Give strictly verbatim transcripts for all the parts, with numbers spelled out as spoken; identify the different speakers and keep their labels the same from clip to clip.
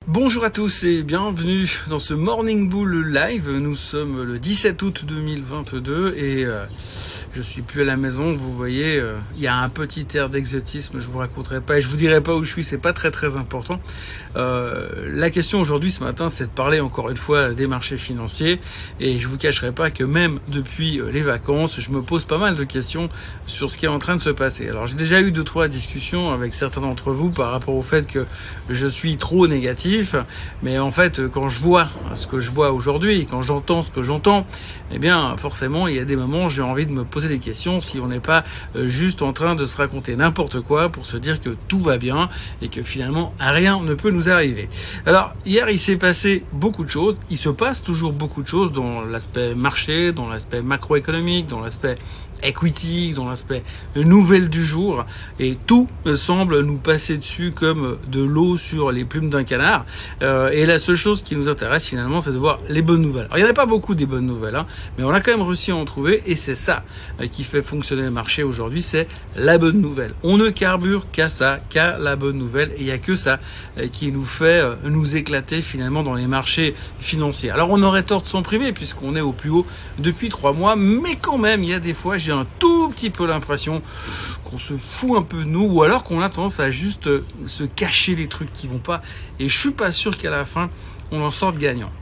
Speaker 1: Bonjour à tous et bienvenue dans ce Morning Bull Live. Nous sommes le dix-sept août deux mille vingt-deux et euh, je suis plus à la maison. Vous voyez, euh, il y a un petit air d'exotisme. Je vous raconterai pas et je vous dirai pas où je suis. C'est pas très très important. Euh, la question aujourd'hui ce matin, c'est de parler encore une fois des marchés financiers et je vous cacherai pas que même depuis les vacances, je me pose pas mal de questions sur ce qui est en train de se passer. Alors j'ai déjà eu deux trois discussions avec certains d'entre vous par rapport au fait que je suis trop négatif. Mais en fait, quand je vois ce que je vois aujourd'hui, quand j'entends ce que j'entends, eh bien, forcément, il y a des moments où j'ai envie de me poser des questions si on n'est pas juste en train de se raconter n'importe quoi pour se dire que tout va bien et que finalement, rien ne peut nous arriver. Alors, hier, il s'est passé beaucoup de choses. Il se passe toujours beaucoup de choses dans l'aspect marché, dans l'aspect macroéconomique, dans l'aspect equity, dans l'aspect nouvelle du jour, et tout semble nous passer dessus comme de l'eau sur les plumes d'un canard. Euh, et la seule chose qui nous intéresse finalement, c'est de voir les bonnes nouvelles. Alors il n'y en a pas beaucoup des bonnes nouvelles, hein, mais on a quand même réussi à en trouver, et c'est ça euh, qui fait fonctionner le marché aujourd'hui, c'est la bonne nouvelle. On ne carbure qu'à ça, qu'à la bonne nouvelle, et il n'y a que ça euh, qui nous fait euh, nous éclater finalement dans les marchés financiers. Alors on aurait tort de s'en priver puisqu'on est au plus haut depuis trois mois, mais quand même, il y a des fois, j'ai un tout petit peu l'impression qu'on se fout un peu de nous, ou alors qu'on a tendance à juste euh, se cacher les trucs qui vont pas, et je suis pas sûr qu'à la fin on en sorte gagnant.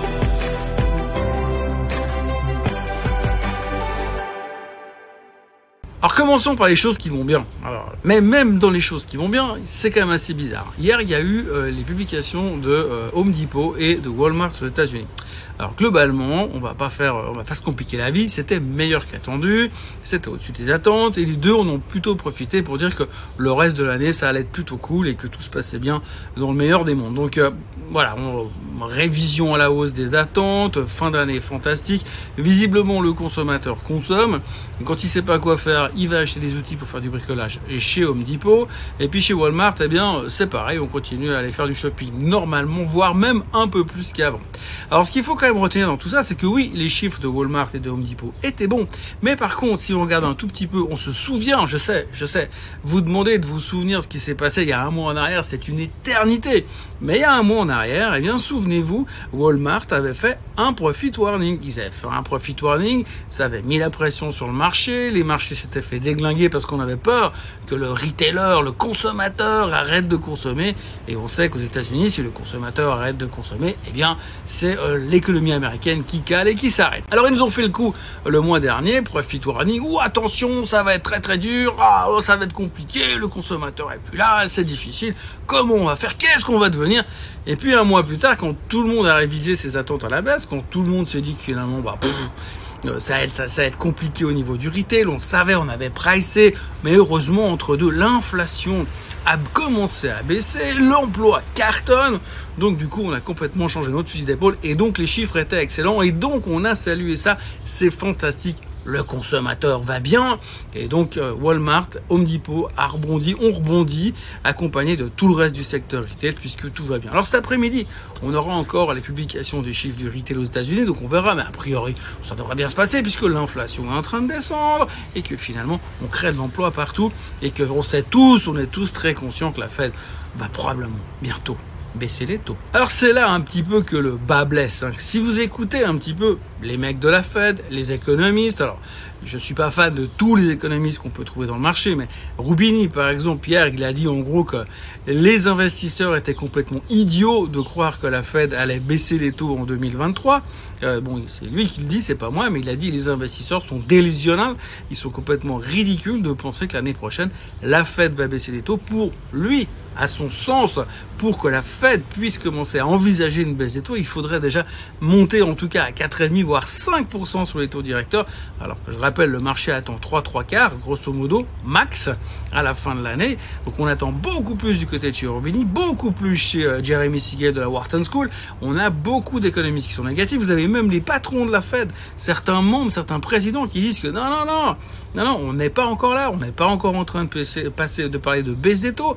Speaker 1: Alors commençons par les choses qui vont bien. Alors, mais même dans les choses qui vont bien, c'est quand même assez bizarre. Hier, il y a eu euh, les publications de euh, Home Depot et de Walmart aux États-Unis. Alors globalement, on va pas faire, on va pas se compliquer la vie. C'était meilleur qu'attendu, c'était au-dessus des attentes, et les deux en ont plutôt profité pour dire que le reste de l'année, ça allait être plutôt cool et que tout se passait bien dans le meilleur des mondes. Donc euh, voilà, on, révision à la hausse des attentes, fin d'année fantastique. Visiblement, le consommateur consomme. Quand il sait pas quoi faire, il va acheter des outils pour faire du bricolage chez Home Depot. Et puis chez Walmart, eh bien, c'est pareil, on continue à aller faire du shopping normalement, voire même un peu plus qu'avant. Alors, ce qu'il faut quand même retenir dans tout ça, c'est que oui, les chiffres de Walmart et de Home Depot étaient bons. Mais par contre, si on regarde un tout petit peu, on se souvient, je sais, je sais, vous demandez de vous souvenir ce qui s'est passé il y a un mois en arrière, c'est une éternité. Mais il y a un mois en arrière, eh bien, souvenez-vous, Walmart avait fait un profit warning. Ils avaient fait un profit warning, ça avait mis la pression sur le marché, les marchés s'étaient fait déglinguer parce qu'on avait peur que le retailer, le consommateur arrête de consommer. Et on sait qu'aux États-Unis, si le consommateur arrête de consommer, eh bien, c'est euh, l'économie américaine qui cale et qui s'arrête. Alors, ils nous ont fait le coup le mois dernier, profit warning, ou attention, ça va être très très dur, ah, ça va être compliqué, le consommateur est plus là, c'est difficile, comment on va faire, qu'est-ce qu'on va devenir? Et puis un mois plus tard, quand tout le monde a révisé ses attentes à la baisse, quand tout le monde s'est dit que finalement, bah, pff, ça va être, ça va être compliqué au niveau du retail, on savait, on avait pricé, mais heureusement, entre deux, l'inflation a commencé à baisser, l'emploi cartonne, donc du coup, on a complètement changé notre fusil d'épaule, et donc les chiffres étaient excellents, et donc on a salué ça, c'est fantastique. Le consommateur va bien, et donc euh, Walmart, Home Depot a rebondi, on rebondit, accompagné de tout le reste du secteur retail, puisque tout va bien. Alors cet après-midi, on aura encore les publications des chiffres du retail aux États-Unis, donc on verra, mais a priori, ça devrait bien se passer, puisque l'inflation est en train de descendre, et que finalement, on crée de l'emploi partout, et que on sait tous, on est tous très conscients que la Fed va probablement bientôt baisser les taux. Alors c'est là un petit peu que le bas blesse, hein. Si vous écoutez un petit peu les mecs de la Fed, les économistes, alors je suis pas fan de tous les économistes qu'on peut trouver dans le marché, mais Roubini par exemple, Pierre, il a dit en gros que les investisseurs étaient complètement idiots de croire que la Fed allait baisser les taux en deux mille vingt-trois. Euh, bon, c'est lui qui le dit, c'est pas moi, mais il a dit les investisseurs sont délusionnels, ils sont complètement ridicules de penser que l'année prochaine la Fed va baisser les taux. Pour lui, à son sens, pour que la Fed puisse commencer à envisager une baisse des taux, il faudrait déjà monter en tout cas à quatre virgule cinq voire cinq pour cent sur les taux directeurs, alors que je rappelle, le marché attend trois, trois quarts, grosso modo, max, à la fin de l'année. Donc on attend beaucoup plus du côté de chez Roubini, beaucoup plus chez euh, Jeremy Siegel de la Wharton School. On a beaucoup d'économistes qui sont négatifs. Vous avez même les patrons de la Fed, certains membres, certains présidents qui disent que non, non, non, non, non, on n'est pas encore là, on n'est pas encore en train de passer, passer, de parler de baisse des taux.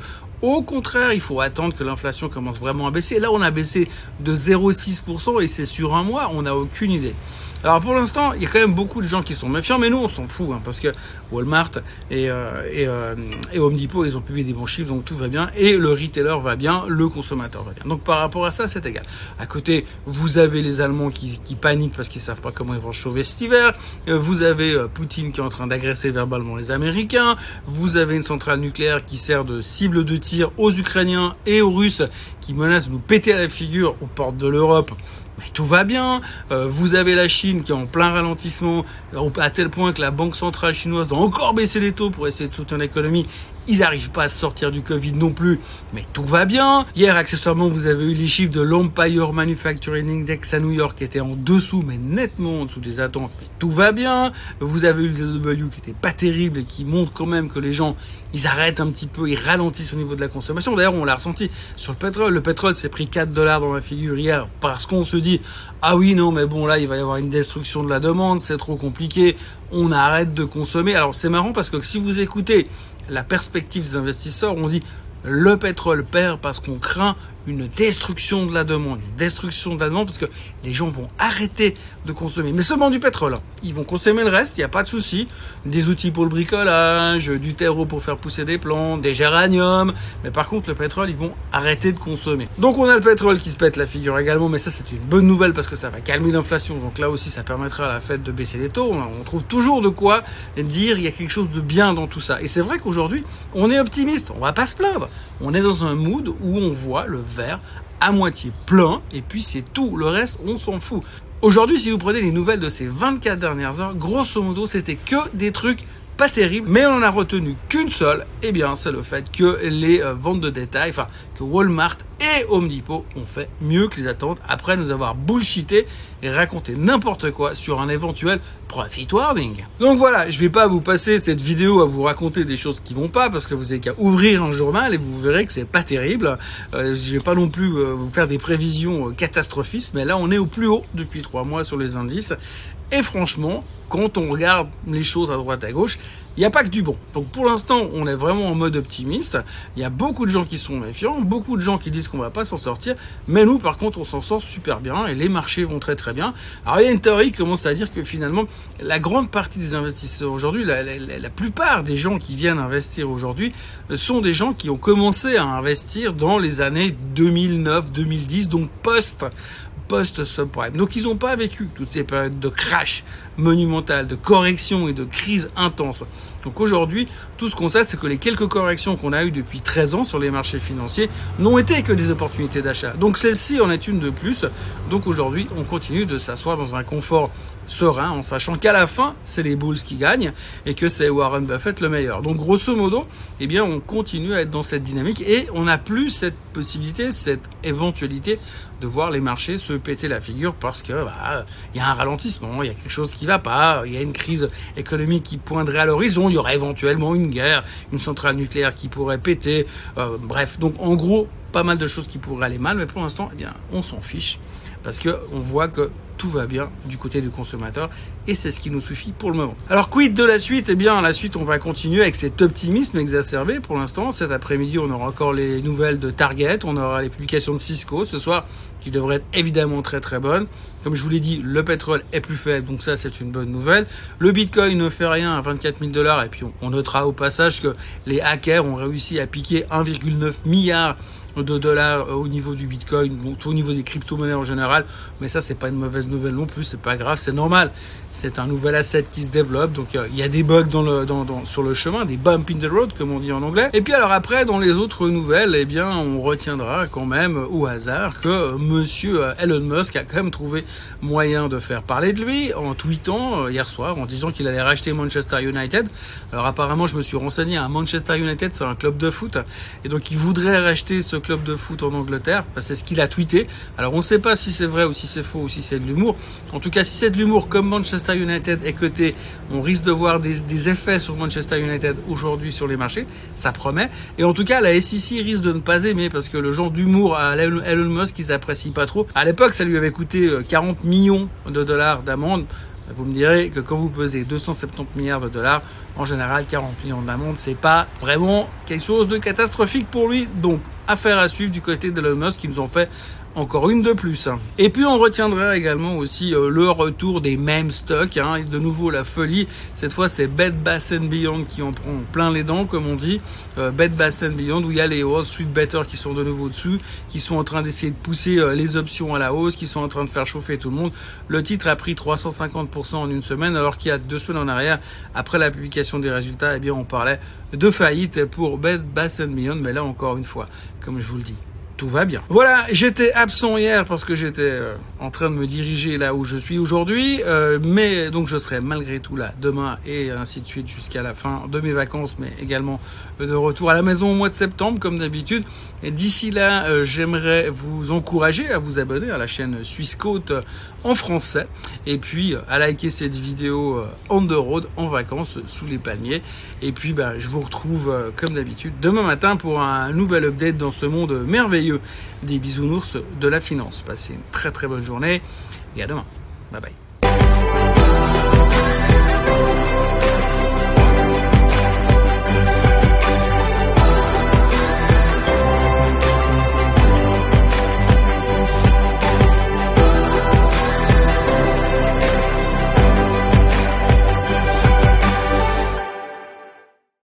Speaker 1: Au contraire, il faut attendre que l'inflation commence vraiment à baisser. Là, on a baissé de zéro virgule six pour cent et c'est sur un mois, on n'a aucune idée. Alors pour l'instant, il y a quand même beaucoup de gens qui sont méfiants, mais nous on s'en fout, hein, parce que Walmart et, euh, et, euh, et Home Depot, ils ont publié des bons chiffres, donc tout va bien, et le retailer va bien, le consommateur va bien. Donc par rapport à ça, c'est égal. À côté, vous avez les Allemands qui, qui paniquent parce qu'ils savent pas comment ils vont chauffer cet hiver, vous avez euh, Poutine qui est en train d'agresser verbalement les Américains, vous avez une centrale nucléaire qui sert de cible de tir aux Ukrainiens et aux Russes, qui menacent de nous péter à la figure aux portes de l'Europe. Mais tout va bien, euh, vous avez la Chine qui est en plein ralentissement, à tel point que la Banque centrale chinoise doit encore baisser les taux pour essayer de soutenir l'économie. Ils n'arrivent pas à sortir du Covid non plus, mais tout va bien. Hier, accessoirement, vous avez eu les chiffres de l'Empire Manufacturing Index à New York qui était en dessous, mais nettement en dessous des attentes, mais tout va bien. Vous avez eu le Z W qui était pas terrible et qui montre quand même que les gens, ils arrêtent un petit peu, ils ralentissent au niveau de la consommation. D'ailleurs, on l'a ressenti sur le pétrole. Le pétrole s'est pris quatre dollars dans la figure hier parce qu'on se dit « Ah oui, non, mais bon, là, il va y avoir une destruction de la demande, c'est trop compliqué, on arrête de consommer. » Alors, c'est marrant parce que si vous écoutez la perspective des investisseurs, on dit le pétrole perd parce qu'on craint une destruction de la demande, une destruction de la demande parce que les gens vont arrêter de consommer, mais seulement du pétrole. Ils vont consommer le reste, il n'y a pas de souci. Des outils pour le bricolage, du terreau pour faire pousser des plantes, des géraniums, mais par contre le pétrole, ils vont arrêter de consommer. Donc on a le pétrole qui se pète la figure également, mais ça c'est une bonne nouvelle parce que ça va calmer l'inflation. Donc là aussi ça permettra à la Fed de baisser les taux. On trouve toujours de quoi dire il y a quelque chose de bien dans tout ça. Et c'est vrai qu'aujourd'hui on est optimiste, on va pas se plaindre. On est dans un mood où on voit le verre à moitié plein et puis c'est tout. Le reste, on s'en fout. Aujourd'hui, si vous prenez les nouvelles de ces vingt-quatre dernières heures, grosso modo, c'était que des trucs pas terribles, mais on en a retenu qu'une seule, et eh bien c'est le fait que les euh, ventes de détail, enfin que Walmart et Home Depot ont fait mieux que les attentes après nous avoir bullshité et raconté n'importe quoi sur un éventuel profit warning. Donc voilà, je vais pas vous passer cette vidéo à vous raconter des choses qui vont pas parce que vous avez qu'à ouvrir un journal et vous verrez que c'est pas terrible. Euh, je vais pas non plus euh, vous faire des prévisions euh, catastrophistes, mais là on est au plus haut depuis trois mois sur les indices. Et franchement, quand on regarde les choses à droite à gauche, il n'y a pas que du bon. Donc pour l'instant, on est vraiment en mode optimiste. Il y a beaucoup de gens qui sont méfiants, beaucoup de gens qui disent qu'on va pas s'en sortir. Mais nous, par contre, on s'en sort super bien et les marchés vont très très bien. Alors il y a une théorie qui commence à dire que finalement, la grande partie des investisseurs aujourd'hui, la, la, la plupart des gens qui viennent investir aujourd'hui sont des gens qui ont commencé à investir dans les années deux mille neuf deux mille dix, donc post post-subprime. Donc ils n'ont pas vécu toutes ces périodes de crash monumental, de correction et de crise intense. Donc aujourd'hui, tout ce qu'on sait, c'est que les quelques corrections qu'on a eues depuis treize ans sur les marchés financiers n'ont été que des opportunités d'achat. Donc celle-ci en est une de plus. Donc aujourd'hui, on continue de s'asseoir dans un confort serein en sachant qu'à la fin, c'est les bulls qui gagnent et que c'est Warren Buffett le meilleur. Donc grosso modo, eh bien, on continue à être dans cette dynamique et on n'a plus cette possibilité, cette éventualité de voir les marchés se péter la figure parce que bah, y a un ralentissement, il y a quelque chose qui va pas, il y a une crise économique qui poindrait à l'horizon, il y aurait éventuellement une guerre, une centrale nucléaire qui pourrait péter, euh, bref. Donc en gros, pas mal de choses qui pourraient aller mal, mais pour l'instant, eh bien, on s'en fiche parce que on voit que tout va bien du côté du consommateur et c'est ce qui nous suffit pour le moment. Alors quid de la suite? Eh bien la suite on va continuer avec cet optimisme exacerbé pour l'instant. Cet après-midi on aura encore les nouvelles de Target, on aura les publications de Cisco ce soir qui devraient être évidemment très très bonnes. Comme je vous l'ai dit, le pétrole est plus faible, donc ça c'est une bonne nouvelle. Le Bitcoin ne fait rien à vingt-quatre mille dollars et puis on, on notera au passage que les hackers ont réussi à piquer un virgule neuf milliard de dollars au niveau du Bitcoin, donc au niveau des crypto-monnaies en général, mais ça c'est pas une mauvaise nouvelle non plus, c'est pas grave, c'est normal, c'est un nouvel asset qui se développe, donc euh, il y a des bugs dans le, dans, dans, sur le chemin, des bumps in the road comme on dit en anglais, et puis alors après dans les autres nouvelles, eh bien on retiendra quand même au hasard que euh, monsieur Elon Musk a quand même trouvé moyen de faire parler de lui en tweetant euh, hier soir en disant qu'il allait racheter Manchester United. Alors apparemment je me suis renseigné, à Manchester United c'est un club de foot, et donc il voudrait racheter ce club de foot en Angleterre, c'est ce qu'il a tweeté. Alors on ne sait pas si c'est vrai ou si c'est faux ou si c'est de l'humour. En tout cas, si c'est de l'humour, comme Manchester United est coté, on risque de voir des, des effets sur Manchester United aujourd'hui sur les marchés. Ça promet. Et en tout cas, la S E C risque de ne pas aimer parce que le genre d'humour à Elon Musk, ils apprécient pas trop. À l'époque, ça lui avait coûté quarante millions de dollars d'amende. Vous me direz que quand vous pesez deux cent soixante-dix milliards de dollars, en général, quarante millions d'amendes, c'est pas vraiment quelque chose de catastrophique pour lui. Donc, affaire à suivre du côté d'Elon Musk qui nous en fait encore une de plus. Et puis on retiendra également aussi euh, le retour des mêmes stocks, hein, et de nouveau la folie. Cette fois c'est Bed Bath and Beyond qui en prend plein les dents, comme on dit. Euh, Bed Bath and Beyond, où il y a les Wall Street Better qui sont de nouveau dessus, qui sont en train d'essayer de pousser euh, les options à la hausse, qui sont en train de faire chauffer tout le monde. Le titre a pris trois cent cinquante pour cent en une semaine, alors qu'il y a deux semaines en arrière, après la publication des résultats, eh bien on parlait de faillite pour Bed Bath and Beyond. Mais là encore une fois, comme je vous le dis, tout va bien. Voilà, j'étais absent hier parce que j'étais euh, en train de me diriger là où je suis aujourd'hui, euh, mais donc je serai malgré tout là demain et ainsi de suite jusqu'à la fin de mes vacances, mais également euh, de retour à la maison au mois de septembre comme d'habitude. Et d'ici là, euh, j'aimerais vous encourager à vous abonner à la chaîne Suisse Côte euh, en français et puis euh, à liker cette vidéo euh, on the road, en vacances, euh, sous les palmiers. Et puis bah, je vous retrouve euh, comme d'habitude demain matin pour un nouvel update dans ce monde merveilleux des bisounours de la finance. Passez une très très bonne journée et à demain. Bye bye.